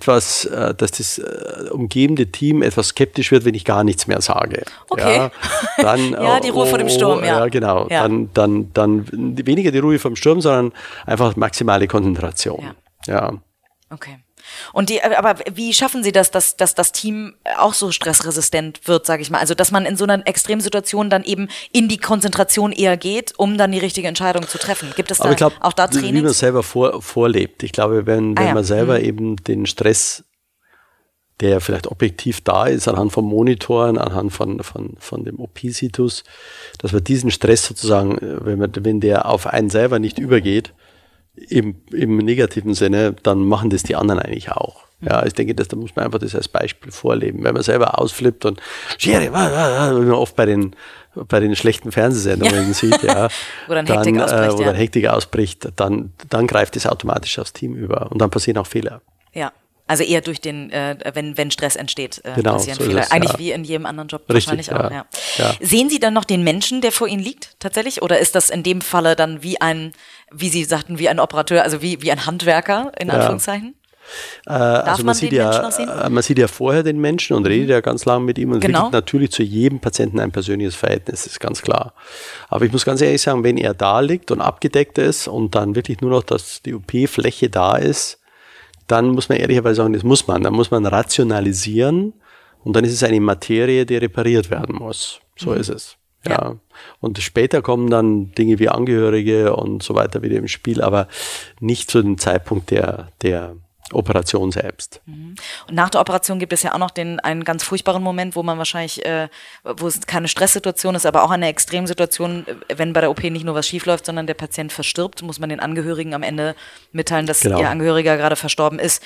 Speaker 3: umgebende Team etwas skeptisch wird, wenn ich gar nichts mehr sage.
Speaker 2: Okay.
Speaker 3: Ja, dann,
Speaker 2: ja, die Ruhe vor dem Sturm, ja.
Speaker 3: Ja, genau.
Speaker 2: Ja.
Speaker 3: Dann weniger die Ruhe vom Sturm, sondern einfach maximale Konzentration. Ja.
Speaker 2: Okay. Und aber wie schaffen Sie das, dass das Team auch so stressresistent wird, sage ich mal? Also, dass man in so einer Extremsituation dann eben in die Konzentration eher geht, um dann die richtige Entscheidung zu treffen. Gibt es da auch da Trainings?
Speaker 3: Wie man selber vorlebt. Ich glaube, wenn man selber eben den Stress, der vielleicht objektiv da ist, anhand von Monitoren, anhand von dem OP-Situs, dass man diesen Stress sozusagen, wenn der auf einen selber nicht übergeht, im negativen Sinne, dann machen das die anderen eigentlich auch. Ja, ich denke, da muss man einfach das als Beispiel vorleben. Wenn man selber ausflippt und wie man oft bei den schlechten Fernsehsendungen sieht, ja,
Speaker 2: wo dann Hektik
Speaker 3: ausbricht, dann greift es automatisch aufs Team über und dann passieren auch Fehler.
Speaker 2: Ja. Also eher durch wenn Stress entsteht,
Speaker 3: genau,
Speaker 2: passieren
Speaker 3: so
Speaker 2: Fehler.
Speaker 3: ist es,
Speaker 2: Eigentlich wie in jedem anderen Job.
Speaker 3: Richtig,
Speaker 2: wahrscheinlich auch. Ja. Sehen Sie dann noch den Menschen, der vor Ihnen liegt, tatsächlich? Oder ist das in dem Falle dann wie Sie sagten, wie ein Operateur, also wie ein Handwerker, in Anführungszeichen?
Speaker 3: Also man sieht ja vorher den Menschen und redet ja ganz lange mit ihm und entwickelt natürlich zu jedem Patienten ein persönliches Verhältnis, ist ganz klar. Aber ich muss ganz ehrlich sagen, wenn er da liegt und abgedeckt ist und dann wirklich nur noch, dass die OP-Fläche da ist, dann muss man ehrlicherweise sagen, dann muss man rationalisieren und dann ist es eine Materie, die repariert werden muss. So ist es. Ja. Und später kommen dann Dinge wie Angehörige und so weiter wieder im Spiel, aber nicht zu dem Zeitpunkt der Operation selbst.
Speaker 2: Und nach der Operation gibt es ja auch noch einen ganz furchtbaren Moment, wo man wahrscheinlich, wo es keine Stresssituation ist, aber auch eine Extremsituation, wenn bei der OP nicht nur was schief läuft, sondern der Patient verstirbt, muss man den Angehörigen am Ende mitteilen, dass ihr Angehöriger gerade verstorben ist.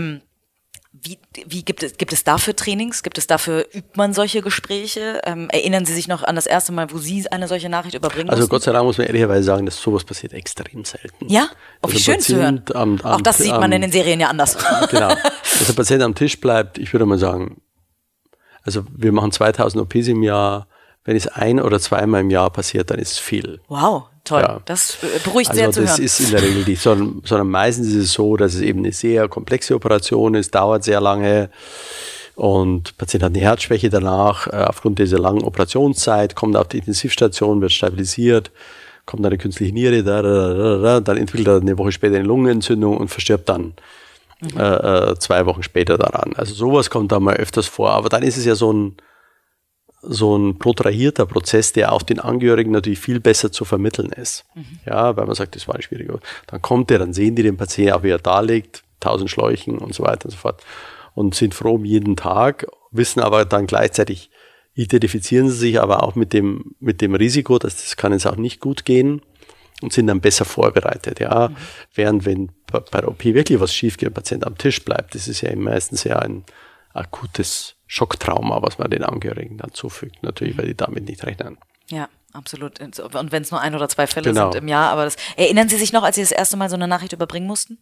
Speaker 2: Wie gibt es dafür Trainings? Übt man solche Gespräche? Erinnern Sie sich noch an das erste Mal, wo Sie eine solche Nachricht überbringen mussten?
Speaker 3: Also Gott sei Dank muss man ehrlicherweise sagen, dass sowas passiert extrem selten.
Speaker 2: Ja? Wie schön zu hören. Auch das sieht man in den Serien ja anders.
Speaker 3: Genau. Dass der Patient am Tisch bleibt, ich würde mal sagen, also wir machen 2000 OPs im Jahr. Wenn es ein- oder zweimal im Jahr passiert, dann ist es viel.
Speaker 2: Wow, toll. Ja. Das beruhigt sehr zu hören.
Speaker 3: Also das ist in der Regel nicht, sondern meistens ist es so, dass es eben eine sehr komplexe Operation ist, dauert sehr lange und der Patient hat eine Herzschwäche danach. Aufgrund dieser langen Operationszeit kommt er auf die Intensivstation, wird stabilisiert, kommt eine künstliche Niere, dann entwickelt er eine Woche später eine Lungenentzündung und verstirbt dann 2 Wochen später daran. Also sowas kommt da mal öfters vor, aber dann ist es ja so ein protrahierter Prozess, der auch den Angehörigen natürlich viel besser zu vermitteln ist. Ja, weil man sagt, das war eine schwierige. Dann kommt er, dann sehen die den Patienten auch, wie er da liegt, 1000 Schläuchen und so weiter und so fort und sind froh um jeden Tag, wissen aber dann gleichzeitig, identifizieren sie sich aber auch mit dem Risiko, dass das kann jetzt auch nicht gut gehen und sind dann besser vorbereitet. Ja, während wenn bei der OP wirklich was schief geht, der Patient am Tisch bleibt, das ist ja meistens ja ein akutes Schocktrauma, was man den Angehörigen dann zufügt, natürlich, weil die damit nicht rechnen.
Speaker 2: Ja, absolut. Und wenn es nur 1 oder 2 Fälle sind im Jahr, aber erinnern Sie sich noch, als Sie das erste Mal so eine Nachricht überbringen mussten?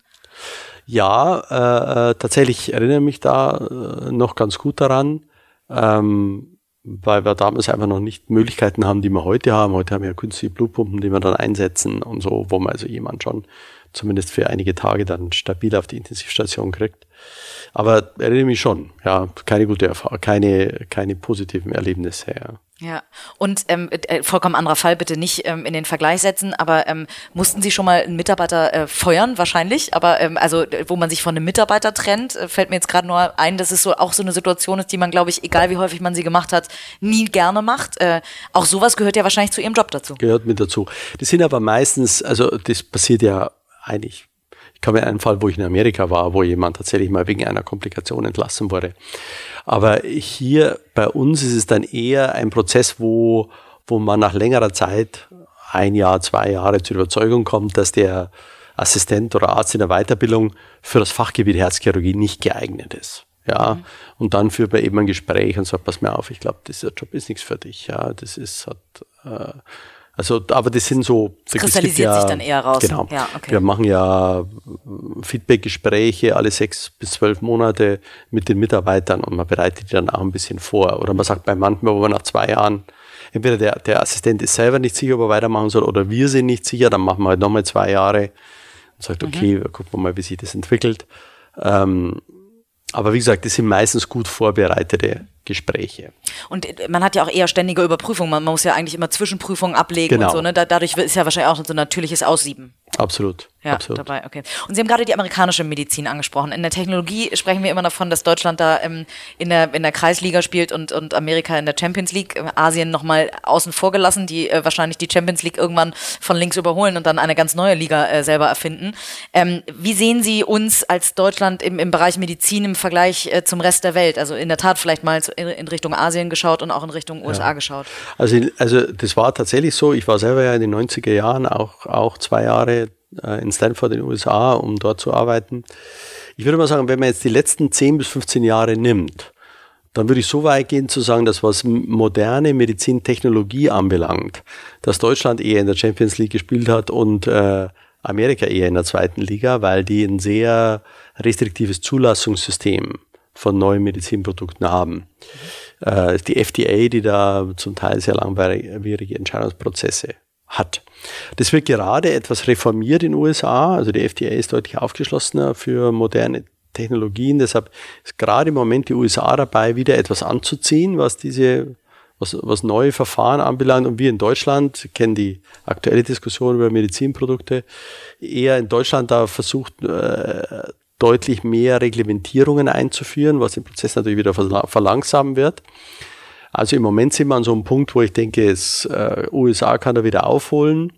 Speaker 3: Ja, tatsächlich erinnere ich mich da noch ganz gut daran, weil wir damals einfach noch nicht Möglichkeiten haben, die wir heute haben. Heute haben wir ja künstliche Blutpumpen, die wir dann einsetzen und so, wo man also jemand schon zumindest für einige Tage dann stabil auf die Intensivstation kriegt. Aber erinnere mich schon, ja, keine gute Erfahrung, keine positiven Erlebnisse, ja.
Speaker 2: Ja, und vollkommen anderer Fall, bitte nicht in den Vergleich setzen, aber mussten Sie schon mal einen Mitarbeiter feuern, wahrscheinlich, aber also wo man sich von einem Mitarbeiter trennt, fällt mir jetzt gerade nur ein, dass es so auch so eine Situation ist, die man, glaube ich, egal wie häufig man sie gemacht hat, nie gerne macht. Auch sowas gehört ja wahrscheinlich zu Ihrem Job dazu.
Speaker 3: Gehört mit dazu. Das sind aber meistens, also das passiert ja eigentlich, ich kann mir einen Fall, wo ich in Amerika war, wo jemand tatsächlich mal wegen einer Komplikation entlassen wurde. Aber hier bei uns ist es dann eher ein Prozess, wo man nach längerer Zeit, 1 Jahr, 2 Jahre zur Überzeugung kommt, dass der Assistent oder Arzt in der Weiterbildung für das Fachgebiet Herzchirurgie nicht geeignet ist. Ja, und dann führt man eben ein Gespräch und sagt, pass mir auf, ich glaube, dieser Job ist nichts für dich. Ja, das ist, aber das sind so...
Speaker 2: Das kristallisiert sich dann eher raus.
Speaker 3: Genau.
Speaker 2: Ja, okay.
Speaker 3: Wir machen ja Feedback-Gespräche alle 6 bis 12 Monate mit den Mitarbeitern und man bereitet die dann auch ein bisschen vor. Oder man sagt bei manchmal, wo wir nach 2 Jahren, entweder der Assistent ist selber nicht sicher, ob er weitermachen soll, oder wir sind nicht sicher, dann machen wir halt nochmal 2 Jahre und sagt, okay, gucken wir mal, wie sich das entwickelt. Aber wie gesagt, das sind meistens gut vorbereitete Gespräche.
Speaker 2: Und man hat ja auch eher ständige Überprüfungen. Man muss ja eigentlich immer Zwischenprüfungen ablegen und so. Ne? Dadurch ist ja wahrscheinlich auch so ein natürliches Aussieben.
Speaker 3: Absolut.
Speaker 2: Ja,
Speaker 3: absolut.
Speaker 2: Dabei, okay. Und Sie haben gerade die amerikanische Medizin angesprochen. In der Technologie sprechen wir immer davon, dass Deutschland da in der Kreisliga spielt und Amerika in der Champions League. Asien nochmal außen vor gelassen, die wahrscheinlich die Champions League irgendwann von links überholen und dann eine ganz neue Liga selber erfinden. Wie sehen Sie uns als Deutschland im Bereich Medizin im Vergleich zum Rest der Welt? Also in der Tat vielleicht mal in Richtung Asien geschaut und auch in Richtung USA geschaut.
Speaker 3: Also das war tatsächlich so. Ich war selber ja in den 90er Jahren auch 2 Jahre in Stanford in den USA, um dort zu arbeiten. Ich würde mal sagen, wenn man jetzt die letzten 10 bis 15 Jahre nimmt, dann würde ich so weit gehen zu sagen, dass was moderne Medizintechnologie anbelangt, dass Deutschland eher in der Champions League gespielt hat und Amerika eher in der 2. Liga, weil die ein sehr restriktives Zulassungssystem von neuen Medizinprodukten haben. Die FDA, die da zum Teil sehr langwierige Entscheidungsprozesse hat. Das wird gerade etwas reformiert in den USA, also die FDA ist deutlich aufgeschlossener für moderne Technologien, deshalb ist gerade im Moment die USA dabei, wieder etwas anzuziehen, was neue Verfahren anbelangt, und wir in Deutschland kennen die aktuelle Diskussion über Medizinprodukte, eher in Deutschland da versucht, deutlich mehr Reglementierungen einzuführen, was den Prozess natürlich wieder verlangsamen wird. Also im Moment sind wir an so einem Punkt, wo ich denke, USA kann da wieder aufholen.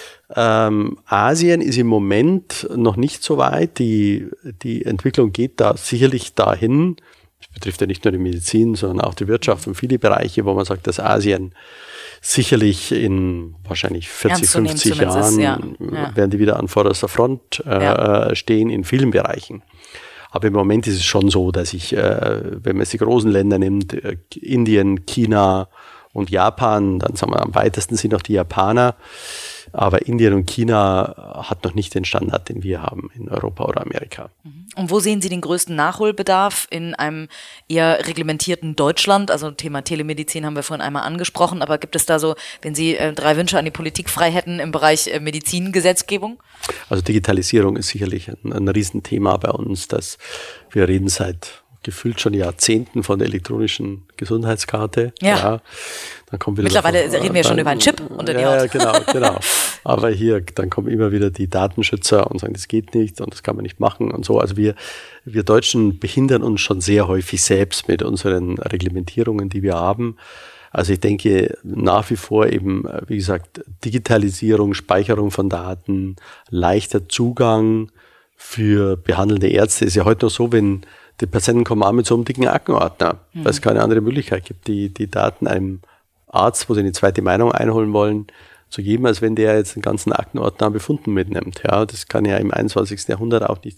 Speaker 3: Asien ist im Moment noch nicht so weit. Die Entwicklung geht da sicherlich dahin. Das betrifft ja nicht nur die Medizin, sondern auch die Wirtschaft und viele Bereiche, wo man sagt, dass Asien sicherlich in wahrscheinlich 40, 50 Jahren werden die wieder an vorderster Front stehen in vielen Bereichen. Aber im Moment ist es schon so, dass wenn man jetzt die großen Länder nimmt, Indien, China und Japan, dann sagen wir am weitesten sind noch die Japaner. Aber Indien und China hat noch nicht den Standard, den wir haben in Europa oder Amerika.
Speaker 2: Und wo sehen Sie den größten Nachholbedarf in einem eher reglementierten Deutschland? Also Thema Telemedizin haben wir vorhin einmal angesprochen, aber gibt es da so, wenn Sie 3 Wünsche an die Politik frei hätten im Bereich Medizingesetzgebung? Also
Speaker 3: Digitalisierung ist sicherlich ein Riesenthema bei uns, dass wir reden seit gefühlt schon Jahrzehnten von der elektronischen Gesundheitskarte.
Speaker 2: Ja.
Speaker 3: Dann kommt wieder
Speaker 2: Mittlerweile reden wir schon über einen Chip unter die Haut.
Speaker 3: Ja, genau. Aber dann kommen immer wieder die Datenschützer und sagen, das geht nicht und das kann man nicht machen und so. Also wir Deutschen behindern uns schon sehr häufig selbst mit unseren Reglementierungen, die wir haben. Also ich denke nach wie vor eben, wie gesagt, Digitalisierung, Speicherung von Daten, leichter Zugang für behandelnde Ärzte. Ist ja heute noch so, wenn die Patienten kommen an mit so einem dicken Aktenordner, weil es keine andere Möglichkeit gibt, die Daten einem Arzt, wo sie eine zweite Meinung einholen wollen, zu geben, als wenn der jetzt einen ganzen Aktenordner an Befunden mitnimmt. Ja, das kann ja im 21. Jahrhundert auch nicht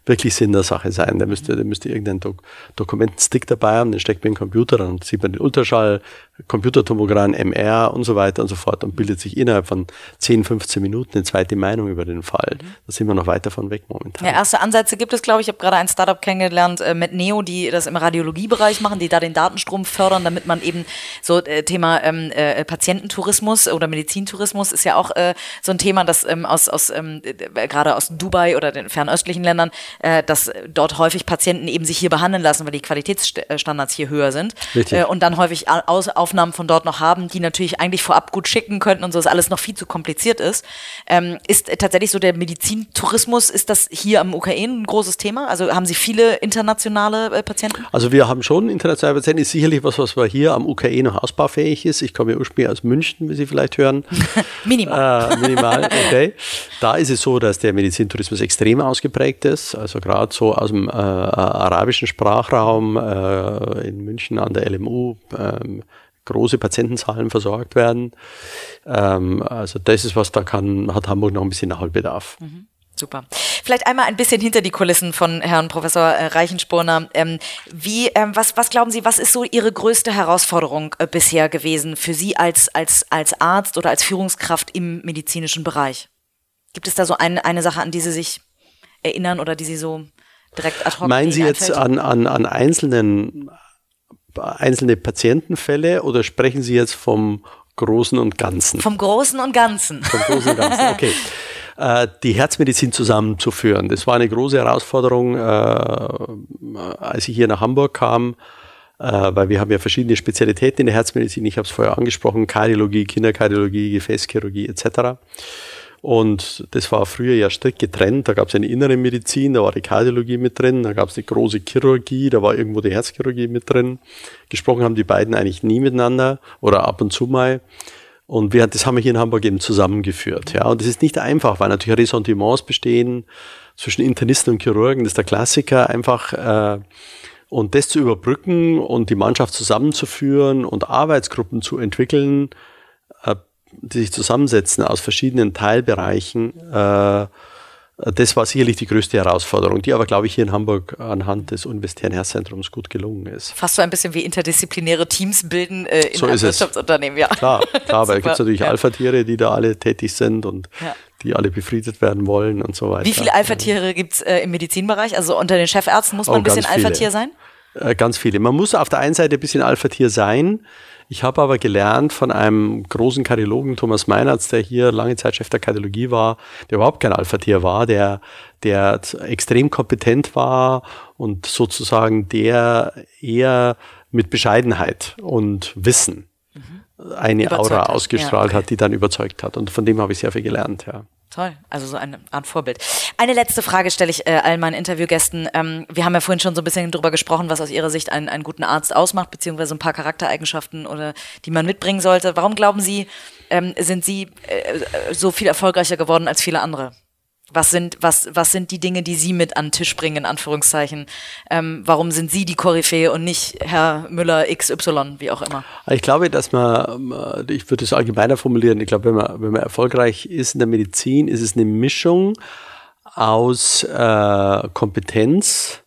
Speaker 3: wirklich Sinn der Sache sein. Der müsste irgendeinen Dokumentenstick dabei haben, den steckt man in den Computer, dann sieht man den Ultraschall, Computertomogramm, MR und so weiter und so fort und bildet sich innerhalb von 10, 15 Minuten eine zweite Meinung über den Fall. Da sind wir noch weit davon weg momentan.
Speaker 2: Ja, erste Ansätze gibt es, glaube ich. Ich habe gerade ein Startup kennengelernt mit Neo, die das im Radiologiebereich machen, die da den Datenstrom fördern, damit man eben so Thema Patiententourismus oder Medizintourismus ist ja auch so ein Thema, das gerade aus Dubai oder den fernöstlichen Ländern, dass dort häufig Patienten eben sich hier behandeln lassen, weil die Qualitätsstandards hier höher sind. Und dann häufig Aufnahmen von dort noch haben, die natürlich eigentlich vorab gut schicken könnten und so, dass alles noch viel zu kompliziert ist. Ist tatsächlich so der Medizintourismus, ist das hier am UKE ein großes Thema? Also haben Sie viele internationale Patienten?
Speaker 3: Also wir haben schon internationale Patienten, ist sicherlich was wir hier am UKE noch ausbaufähig ist. Ich komme ja ursprünglich aus München, wie Sie vielleicht hören.
Speaker 2: Minimal.
Speaker 3: Minimal, okay. Da ist es so, dass der Medizintourismus extrem ausgeprägt ist. Also gerade so aus dem arabischen Sprachraum in München an der LMU große Patientenzahlen versorgt werden. Also das ist was, hat Hamburg noch ein bisschen Nachholbedarf.
Speaker 2: Mhm. Super. Vielleicht einmal ein bisschen hinter die Kulissen von Herrn Professor Reichenspurner. Was glauben Sie, was ist so Ihre größte Herausforderung bisher gewesen für Sie als Arzt oder als Führungskraft im medizinischen Bereich? Gibt es da so eine Sache, an die Sie sich erinnern oder die Sie so direkt ad hoc
Speaker 3: meinen Sie jetzt an einzelne Patientenfälle oder sprechen Sie jetzt vom Großen und Ganzen?
Speaker 2: Vom Großen und Ganzen.
Speaker 3: Vom Großen und Ganzen, okay. Die Herzmedizin zusammenzuführen, das war eine große Herausforderung, als ich hier nach Hamburg kam, weil wir haben ja verschiedene Spezialitäten in der Herzmedizin. Ich habe es vorher angesprochen, Kardiologie, Kinderkardiologie, Gefäßchirurgie etc. Und das war früher ja strikt getrennt. Da gab es eine innere Medizin, da war die Kardiologie mit drin, da gab es die große Chirurgie, da war irgendwo die Herzchirurgie mit drin. Gesprochen haben die beiden eigentlich nie miteinander oder ab und zu mal. Und das haben wir hier in Hamburg eben zusammengeführt. Ja. Und das ist nicht einfach, weil natürlich Ressentiments bestehen zwischen Internisten und Chirurgen, das ist der Klassiker einfach. Und das zu überbrücken und die Mannschaft zusammenzuführen und Arbeitsgruppen zu entwickeln, die sich zusammensetzen aus verschiedenen Teilbereichen, das war sicherlich die größte Herausforderung, die aber, glaube ich, hier in Hamburg anhand des Universitären Herzzentrums gut gelungen ist.
Speaker 2: Fast so ein bisschen wie interdisziplinäre Teams bilden in so einem Wirtschaftsunternehmen, ja.
Speaker 3: Klar, weil es gibt natürlich Alpha-Tiere, die da alle tätig sind und die alle befriedet werden wollen und so weiter.
Speaker 2: Wie viele Alpha-Tiere gibt es im Medizinbereich? Also unter den Chefärzten muss man ein bisschen Alpha-Tier sein?
Speaker 3: Ganz viele. Man muss auf der einen Seite ein bisschen Alpha-Tier sein. Ich habe aber gelernt von einem großen Kardiologen, Thomas Meinertz, der hier lange Zeit Chef der Kardiologie war, der überhaupt kein Alpha-Tier war, der extrem kompetent war und sozusagen der eher mit Bescheidenheit und Wissen eine Aura ausgestrahlt hat, die dann überzeugt hat. Und von dem habe ich sehr viel gelernt, ja.
Speaker 2: Toll, also so eine Art Vorbild. Eine letzte Frage stelle ich allen meinen Interviewgästen. Wir haben ja vorhin schon so ein bisschen drüber gesprochen, was aus Ihrer Sicht einen guten Arzt ausmacht, beziehungsweise ein paar Charaktereigenschaften oder die man mitbringen sollte. Warum glauben Sie, sind Sie so viel erfolgreicher geworden als viele andere? Was sind die Dinge, die Sie mit an den Tisch bringen, in Anführungszeichen? Warum sind Sie die Koryphäe und nicht Herr Müller XY, wie auch immer?
Speaker 3: Ich glaube, dass ich würde es allgemeiner formulieren, ich glaube, wenn man erfolgreich ist in der Medizin, ist es eine Mischung aus Kompetenz,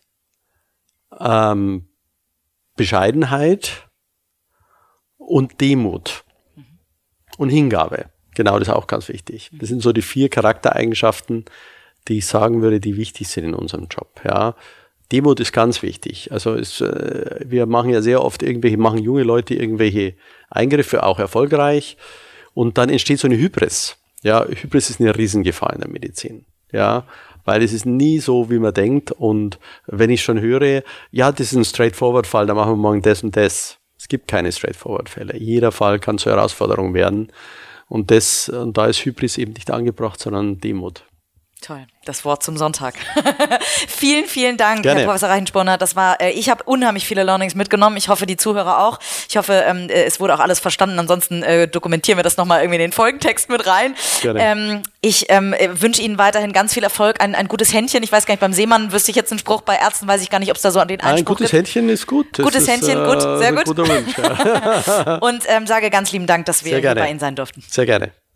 Speaker 3: Bescheidenheit und Demut und Hingabe. Genau, das ist auch ganz wichtig. Das sind so die 4 Charaktereigenschaften, die ich sagen würde, die wichtig sind in unserem Job. Ja. Demut ist ganz wichtig. Also wir machen ja sehr oft machen junge Leute irgendwelche Eingriffe, auch erfolgreich. Und dann entsteht so eine Hybris. Ja, Hybris ist eine Riesengefahr in der Medizin. Ja, weil es ist nie so, wie man denkt. Und wenn ich schon höre, ja, das ist ein Straightforward-Fall, da machen wir morgen das und das. Es gibt keine Straightforward-Fälle. Jeder Fall kann zur Herausforderung werden. Und da ist Hybris eben nicht angebracht, sondern Demut.
Speaker 2: Toll, das Wort zum Sonntag. Vielen, vielen Dank,
Speaker 3: Gerne.
Speaker 2: Herr Professor Reichenspurner. Ich habe unheimlich viele Learnings mitgenommen. Ich hoffe, die Zuhörer auch. Ich hoffe, es wurde auch alles verstanden. Ansonsten dokumentieren wir das nochmal irgendwie in den Folgentext mit rein. Ich wünsche Ihnen weiterhin ganz viel Erfolg. Ein gutes Händchen. Ich weiß gar nicht, beim Seemann wüsste ich jetzt einen Spruch, bei Ärzten weiß ich gar nicht, ob es da so an den Einspruch gibt.
Speaker 3: Ein gutes Händchen ist gut.
Speaker 2: Gutes Händchen, gut, sehr gut.
Speaker 3: Guter Wunsch, ja.
Speaker 2: Und sage ganz lieben Dank, dass wir hier bei Ihnen sein durften.
Speaker 3: Sehr gerne.